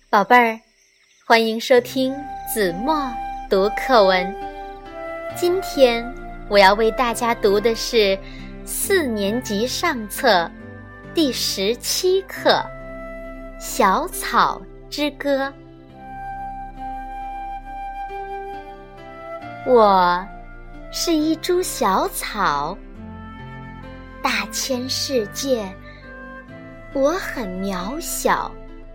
宝贝儿，欢迎收听子墨读课文。今天我要为大家读的是4年级上册第17课《小草之歌》。我是一株小草，大千世界，我很渺小。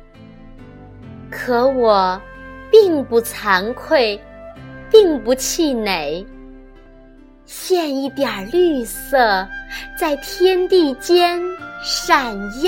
可我并不惭愧，并不气馁，现一点绿色，在天地间闪耀。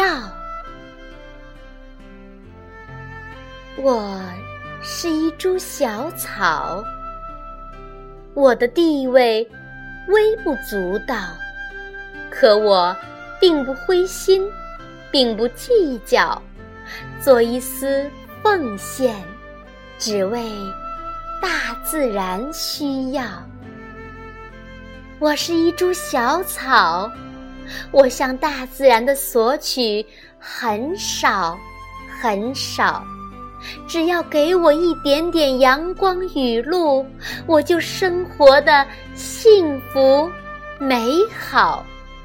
我是一株小草，我的地位微不足道，可我并不灰心，并不计较，做一丝奉献，只为大自然需要。我是一株小草，我向大自然的索取很少很少，只要给我一点点阳光雨露，我就生活得幸福美好。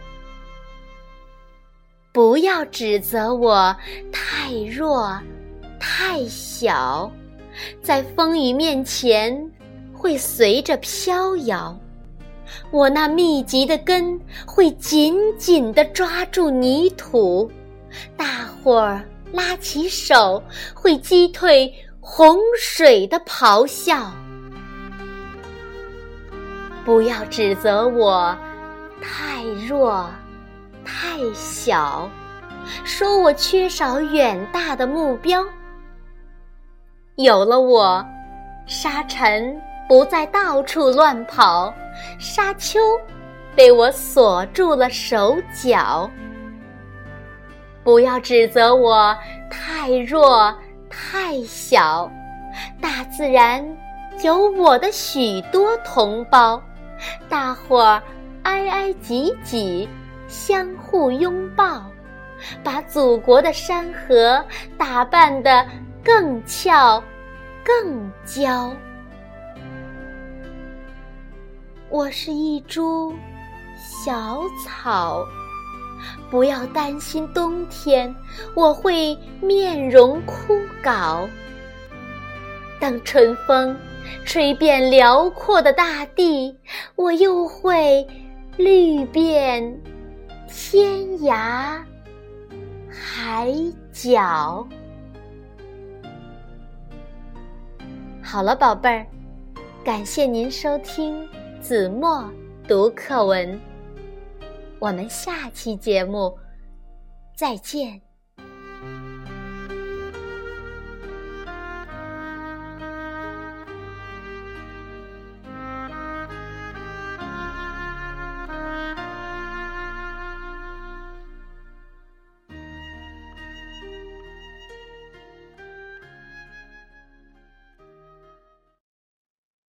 不要指责我太弱太小，在风雨面前会随着飘摇，我那密集的根会紧紧地抓住泥土，大伙儿拉起手会击退洪水的咆哮。不要指责我太弱太小，说我缺少远大的目标。有了我，沙尘不再到处乱跑，沙丘被我锁住了手脚。不要指责我太弱太小，大自然有我的许多同胞，大伙儿挨挨挤挤，相互拥抱，把祖国的山河打扮得更俏更娇。我是一株小草，不要担心冬天我会面容枯槁，当春风吹遍辽阔的大地，我又会绿遍天涯海角。好了，宝贝儿，感谢您收听子墨读课文，我们下期节目再见。